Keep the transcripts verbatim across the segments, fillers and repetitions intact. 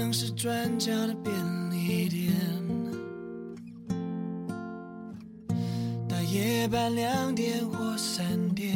像是转角的便利店，大夜班两点或三点。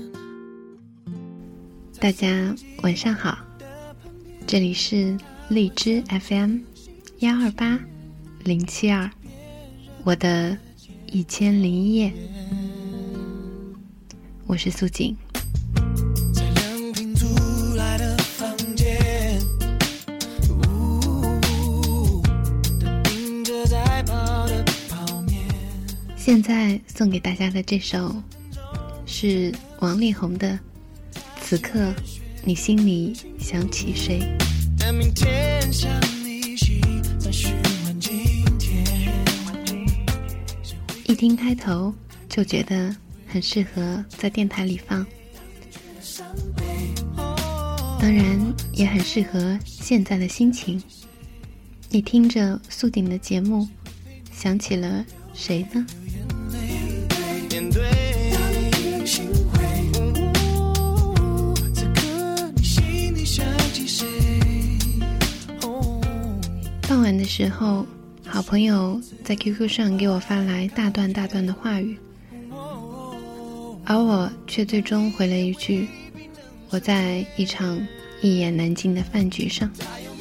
大家晚上好，这里是荔枝 F M 幺二八零七二，我的一千零一夜，我是素锦。现在送给大家的这首是王力宏的《此刻你心里想起谁》。一听开头就觉得很适合在电台里放，当然也很适合现在的心情。你听着素锦的节目，想起了谁呢？傍晚的时候，好朋友在 Q Q 上给我发来大段大段的话语，而我却最终回了一句：我在一场一言难尽的饭局上。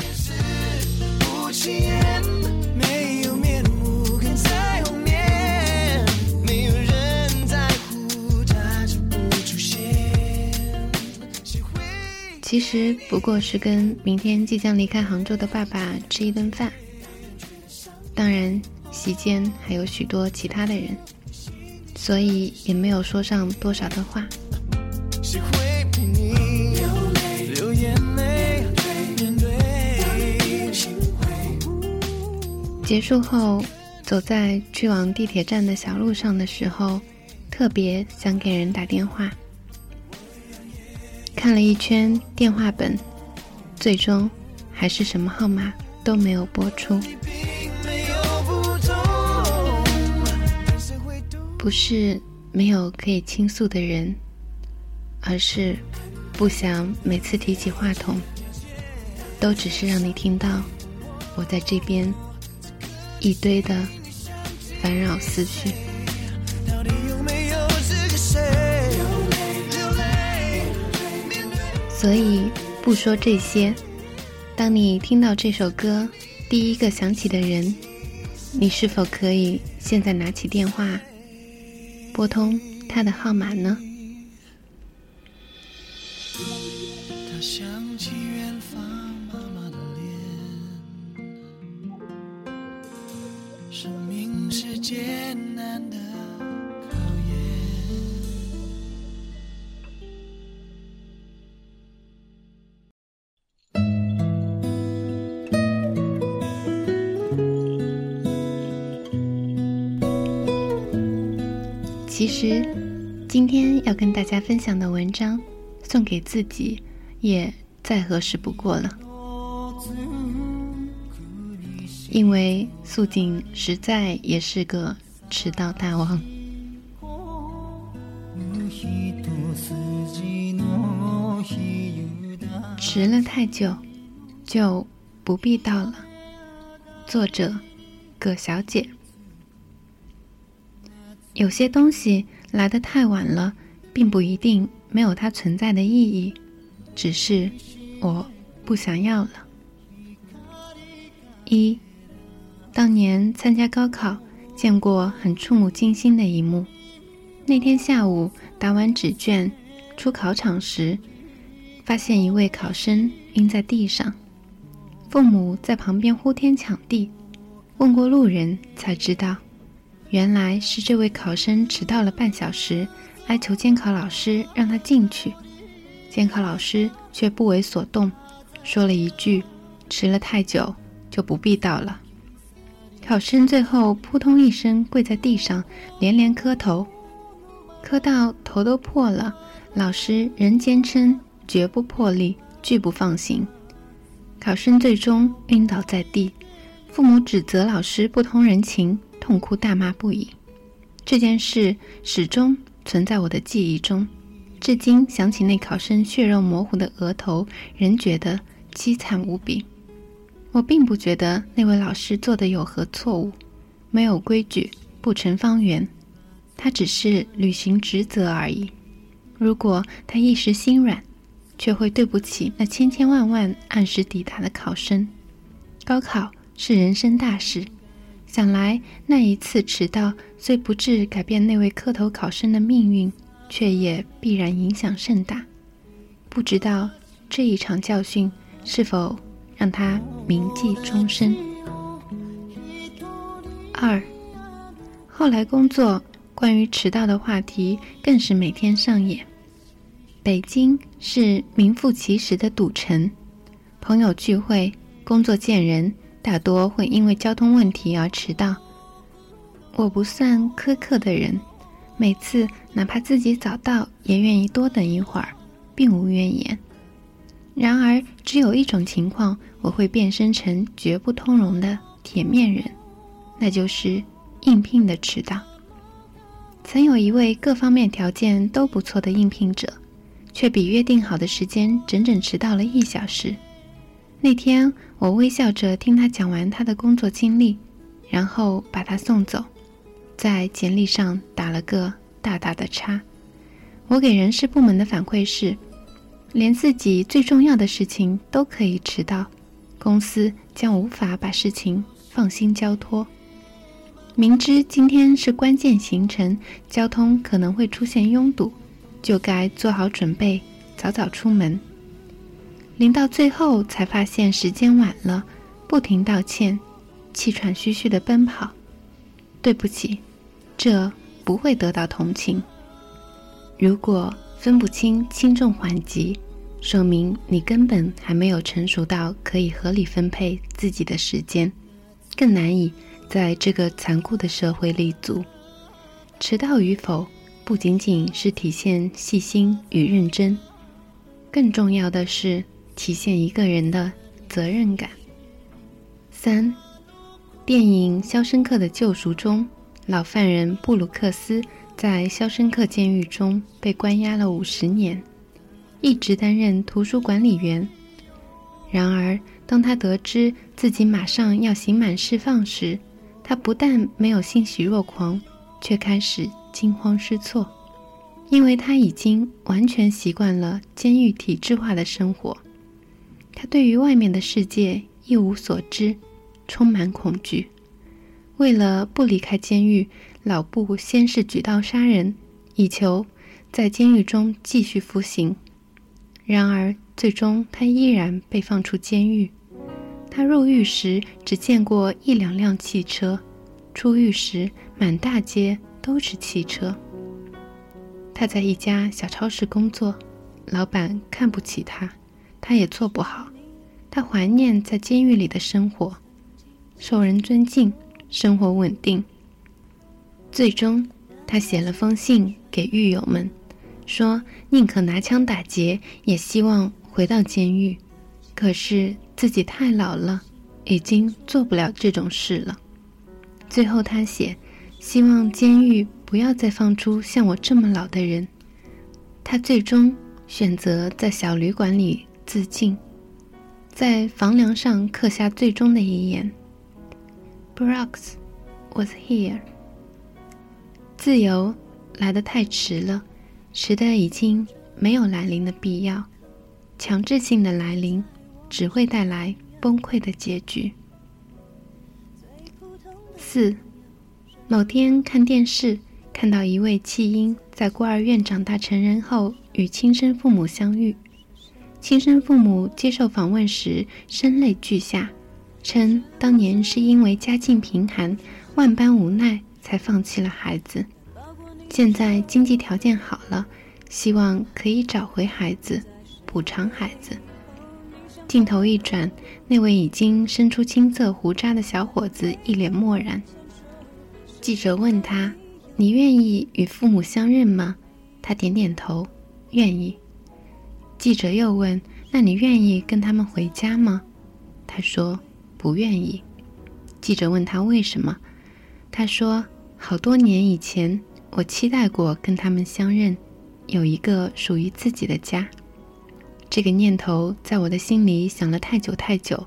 其实不过是跟明天即将离开杭州的爸爸吃一顿饭，当然席间还有许多其他的人，所以也没有说上多少的话。结束后，走在去往地铁站的小路上的时候，特别想给人打电话。看了一圈电话本，最终还是什么号码都没有拨出。不是没有可以倾诉的人，而是不想每次提起话筒都只是让你听到我在这边一堆的烦扰思绪。所以不说这些，当你听到这首歌，第一个想起的人，你是否可以现在拿起电话拨通他的号码呢？ 他想起远方妈妈的脸，生命是艰难的考验。 其实今天要跟大家分享的文章送给自己也再合适不过了，因为素锦实在也是个迟到大王。迟了太久就不必到了。作者葛小姐。有些东西来得太晚了，并不一定没有它存在的意义，只是我不想要了。一，当年参加高考，见过很触目惊心的一幕。那天下午答完纸卷，出考场时，发现一位考生晕在地上，父母在旁边呼天抢地，问过路人才知道，原来是这位考生迟到了半小时，哀求监考老师让他进去，监考老师却不为所动，说了一句：迟了太久就不必到了。考生最后扑通一声跪在地上，连连磕头，磕到头都破了，老师仍坚称绝不破例，拒不放行。考生最终晕倒在地，父母指责老师不通人情，痛哭大骂不已。这件事始终存在我的记忆中，至今想起那考生血肉模糊的额头，仍觉得凄惨无比。 我并不觉得那位老师做的有何错误，没有规矩不成方圆，他只是履行职责而已。如果他一时心软，却会对不起那千千万万按时抵达的考生。高考是人生大事，想来那一次迟到虽不至改变那位科头考生的命运，却也必然影响甚大。不知道这一场教训是否让他铭记终身。二，后来工作关于迟到的话题更是每天上演。北京是名副其实的赌城，朋友聚会、工作见人，大多会因为交通问题而迟到。我不算苛刻的人，每次哪怕自己早到，也愿意多等一会儿，并无怨言。然而，只有一种情况，我会变身成绝不通融的铁面人，那就是应聘的迟到。曾有一位各方面条件都不错的应聘者，却比约定好的时间整整迟到了一小时。那天我微笑着听他讲完他的工作经历，然后把他送走，在简历上打了个大大的叉。我给人事部门的反馈是，连自己最重要的事情都可以迟到，公司将无法把事情放心交托。明知今天是关键行程，交通可能会出现拥堵，就该做好准备，早早出门。临到最后才发现时间晚了，不停道歉，气喘吁吁地奔跑。对不起，这不会得到同情。如果分不清轻重缓急，说明你根本还没有成熟到可以合理分配自己的时间，更难以在这个残酷的社会立足。迟到与否不仅仅是体现细心与认真，更重要的是体现一个人的责任感。三，电影《肖申克的救赎》中，老犯人布鲁克斯在肖申克监狱中被关押了五十年，一直担任图书管理员。然而当他得知自己马上要刑满释放时，他不但没有欣喜若狂，却开始惊慌失措，因为他已经完全习惯了监狱体制化的生活。他对于外面的世界一无所知，充满恐惧。为了不离开监狱，老布先是举刀杀人，以求在监狱中继续服刑。然而最终他依然被放出监狱。他入狱时只见过一两辆汽车，出狱时满大街都是汽车。他在一家小超市工作，老板看不起他，他也做不好。他怀念在监狱里的生活，受人尊敬，生活稳定。最终他写了封信给狱友们，说宁可拿枪打劫，也希望回到监狱。可是自己太老了，已经做不了这种事了。最后他写，希望监狱不要再放出像我这么老的人。他最终选择在小旅馆里自尽，在房梁上刻下最终的遗言 Brooks was here。 自由来得太迟了，迟得已经没有来临的必要，强制性的来临只会带来崩溃的结局。四，某天看电视，看到一位弃婴在孤儿院长大成人后与亲生父母相遇。亲生父母接受访问时声泪俱下，称当年是因为家境贫寒，万般无奈才放弃了孩子，现在经济条件好了，希望可以找回孩子，补偿孩子。镜头一转，那位已经生出青色胡渣的小伙子一脸漠然。记者问他，你愿意与父母相认吗？他点点头，愿意。记者又问，那你愿意跟他们回家吗？他说，不愿意。记者问他为什么？他说，好多年以前，我期待过跟他们相认，有一个属于自己的家。这个念头在我的心里想了太久太久，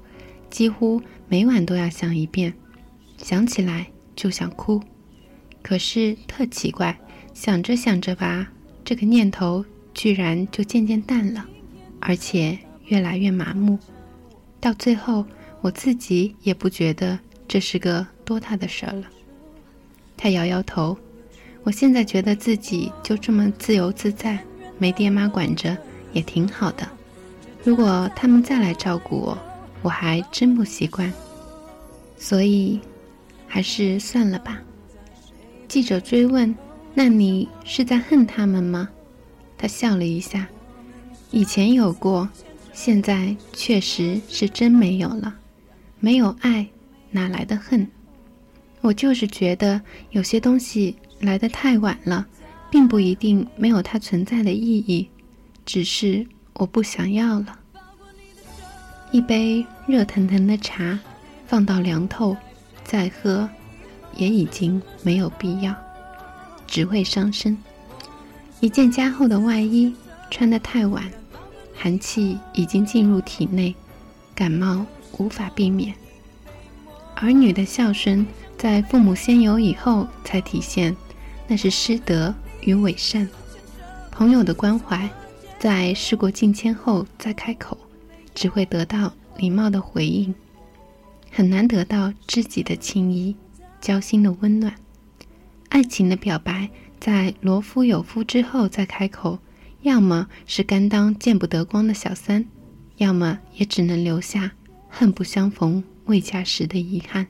几乎每晚都要想一遍，想起来就想哭。可是特奇怪，想着想着吧，这个念头居然就渐渐淡了，而且越来越麻木。到最后，我自己也不觉得这是个多大的事儿了。他摇摇头，我现在觉得自己就这么自由自在，没爹妈管着也挺好的。如果他们再来照顾我，我还真不习惯。所以还是算了吧。记者追问，那你是在恨他们吗？他笑了一下，以前有过，现在确实是真没有了。没有爱，哪来的恨？我就是觉得有些东西来得太晚了，并不一定没有它存在的意义，只是我不想要了。一杯热腾腾的茶，放到凉透，再喝，也已经没有必要，只会伤身。一件加厚的外衣穿得太晚，寒气已经进入体内，感冒无法避免。儿女的孝顺在父母先有以后才体现，那是师德与伪善。朋友的关怀在事过境迁后再开口，只会得到礼貌的回应，很难得到知己的情谊，交心的温暖。爱情的表白在罗夫有夫之后再开口，要么是甘当见不得光的小三，要么也只能留下恨不相逢未嫁时的遗憾。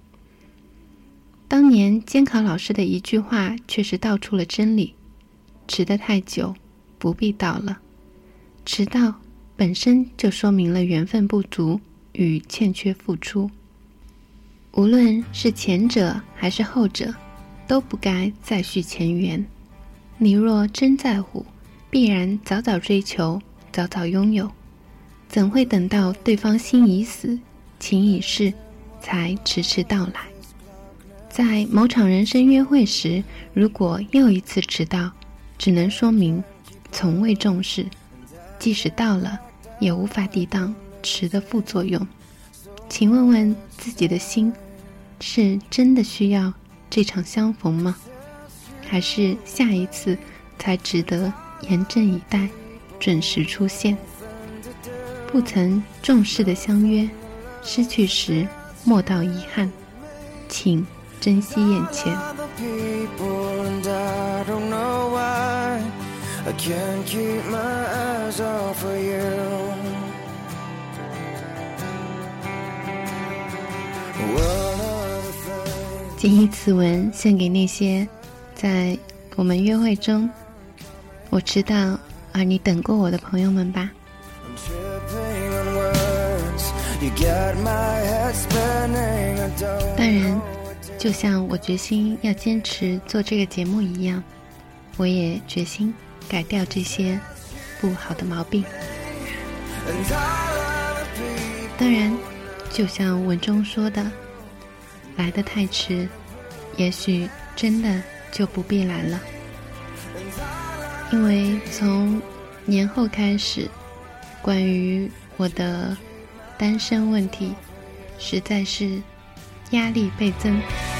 当年监考老师的一句话却是道出了真理，迟得太久不必到了。迟到本身就说明了缘分不足与欠缺付出，无论是前者还是后者，都不该再续前缘。你若真在乎，必然早早追求，早早拥有，怎会等到对方心已死情已逝才迟迟到来？在某场人生约会时，如果又一次迟到，只能说明从未重视，即使到了也无法抵挡迟的副作用。请问问自己的心，是真的需要这场相逢吗？还是下一次才值得严阵以待，准时出现？不曾重视的相约，失去时莫道遗憾，请珍惜眼前。谨以此文献给那些在我们约会中我知道而你等过我的朋友们吧。当然，就像我决心要坚持做这个节目一样，我也决心改掉这些不好的毛病。当然，就像文中说的，来得太迟，也许真的就不必来了。因为从年后开始，关于我的单身问题实在是压力倍增，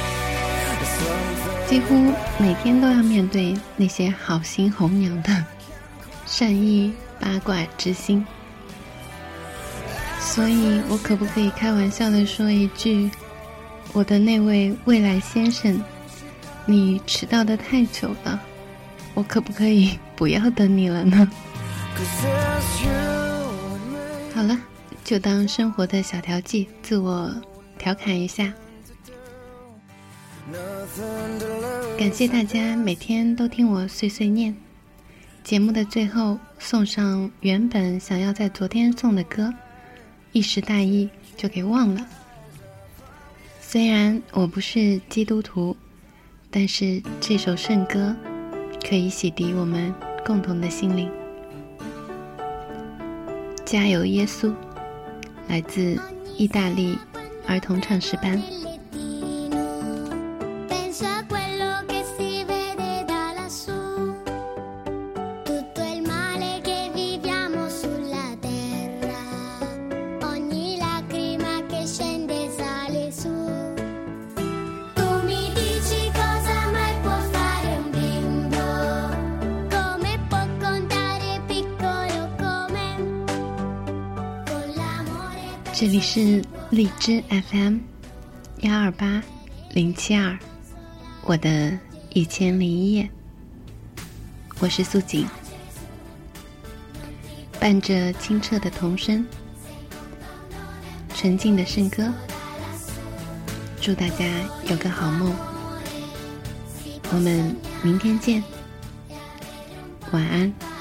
几乎每天都要面对那些好心红娘的善意八卦之心。所以我可不可以开玩笑地说一句，我的那位未来先生，你迟到得太久了，我可不可以不要等你了呢？好了，就当生活的小调剂，自我调侃一下。感谢大家每天都听我碎碎念。节目的最后送上原本想要在昨天送的歌，一时大意就给忘了。虽然我不是基督徒，但是这首圣歌可以洗涤我们共同的心灵。加油耶稣，来自意大利儿童唱诗班。 Ogni lacrima che 这里是荔枝 F M 幺二八零七二，我的一千零一夜，我是素锦，伴着清澈的童声，纯净的圣歌，祝大家有个好梦，我们明天见，晚安。